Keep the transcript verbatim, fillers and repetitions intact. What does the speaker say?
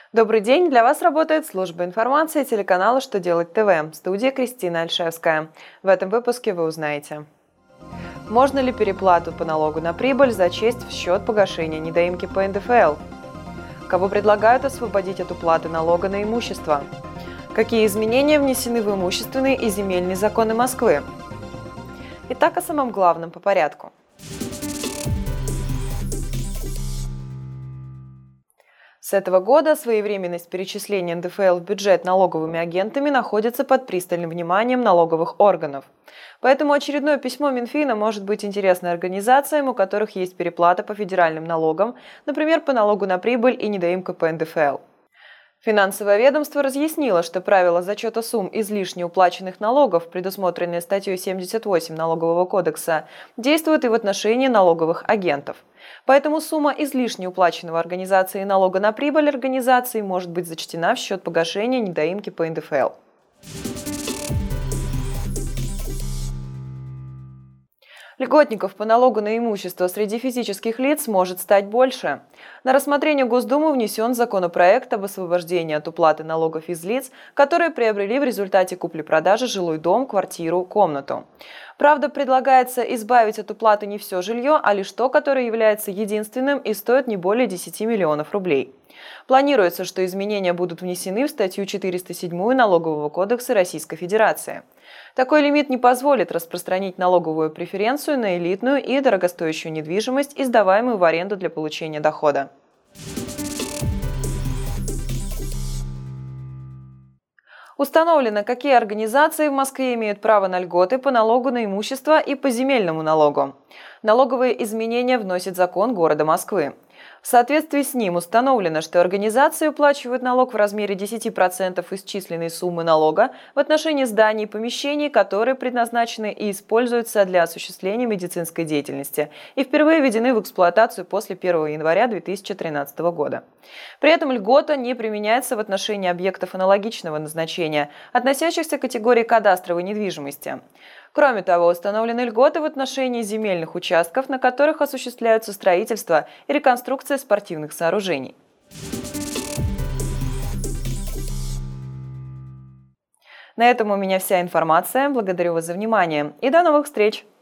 Добрый день! Для вас работает служба информации телеканала «Что делать ТВ». В студии Кристина Альшевская. В этом выпуске вы узнаете: можно ли переплату по налогу на прибыль зачесть в счет погашения недоимки по эн дэ эф эл? Кого предлагают освободить от уплаты налога на имущество? Какие изменения внесены в имущественные и земельные законы Москвы? Итак, о самом главном по порядку. С этого года своевременность перечисления эн дэ эф эл в бюджет налоговыми агентами находится под пристальным вниманием налоговых органов. Поэтому очередное письмо Минфина может быть интересно организациям, у которых есть переплата по федеральным налогам, например, по налогу на прибыль и недоимка по эн дэ эф эл. Финансовое ведомство разъяснило, что правила зачета сумм излишне уплаченных налогов, предусмотренные статьей семьдесят восемь Налогового кодекса, действуют и в отношении налоговых агентов. Поэтому сумма излишне уплаченного организацией налога на прибыль организации может быть зачтена в счет погашения недоимки по эн дэ эф эл. Льготников по налогу на имущество среди физических лиц может стать больше. На рассмотрение Госдумы внесен законопроект об освобождении от уплаты налогов из лиц, которые приобрели в результате купли-продажи жилой дом, квартиру, комнату. Правда, предлагается избавить от уплаты не все жилье, а лишь то, которое является единственным и стоит не более десяти миллионов рублей. Планируется, что изменения будут внесены в статью четыреста семь Налогового кодекса Российской Федерации. Такой лимит не позволит распространить налоговую преференцию на элитную и дорогостоящую недвижимость, издаваемую в аренду для получения дохода. Установлено, какие организации в Москве имеют право на льготы по налогу на имущество и по земельному налогу. Налоговые изменения вносит закон города Москвы. В соответствии с ним установлено, что организации уплачивают налог в размере десяти процентов исчисленной суммы налога в отношении зданий и помещений, которые предназначены и используются для осуществления медицинской деятельности и впервые введены в эксплуатацию после первого января две тысячи тринадцатого года. При этом льгота не применяется в отношении объектов аналогичного назначения, относящихся к категории кадастровой недвижимости. Кроме того, установлены льготы в отношении земельных участков, на которых осуществляются строительство и реконструкция спортивных сооружений. На этом у меня вся информация. Благодарю вас за внимание и до новых встреч!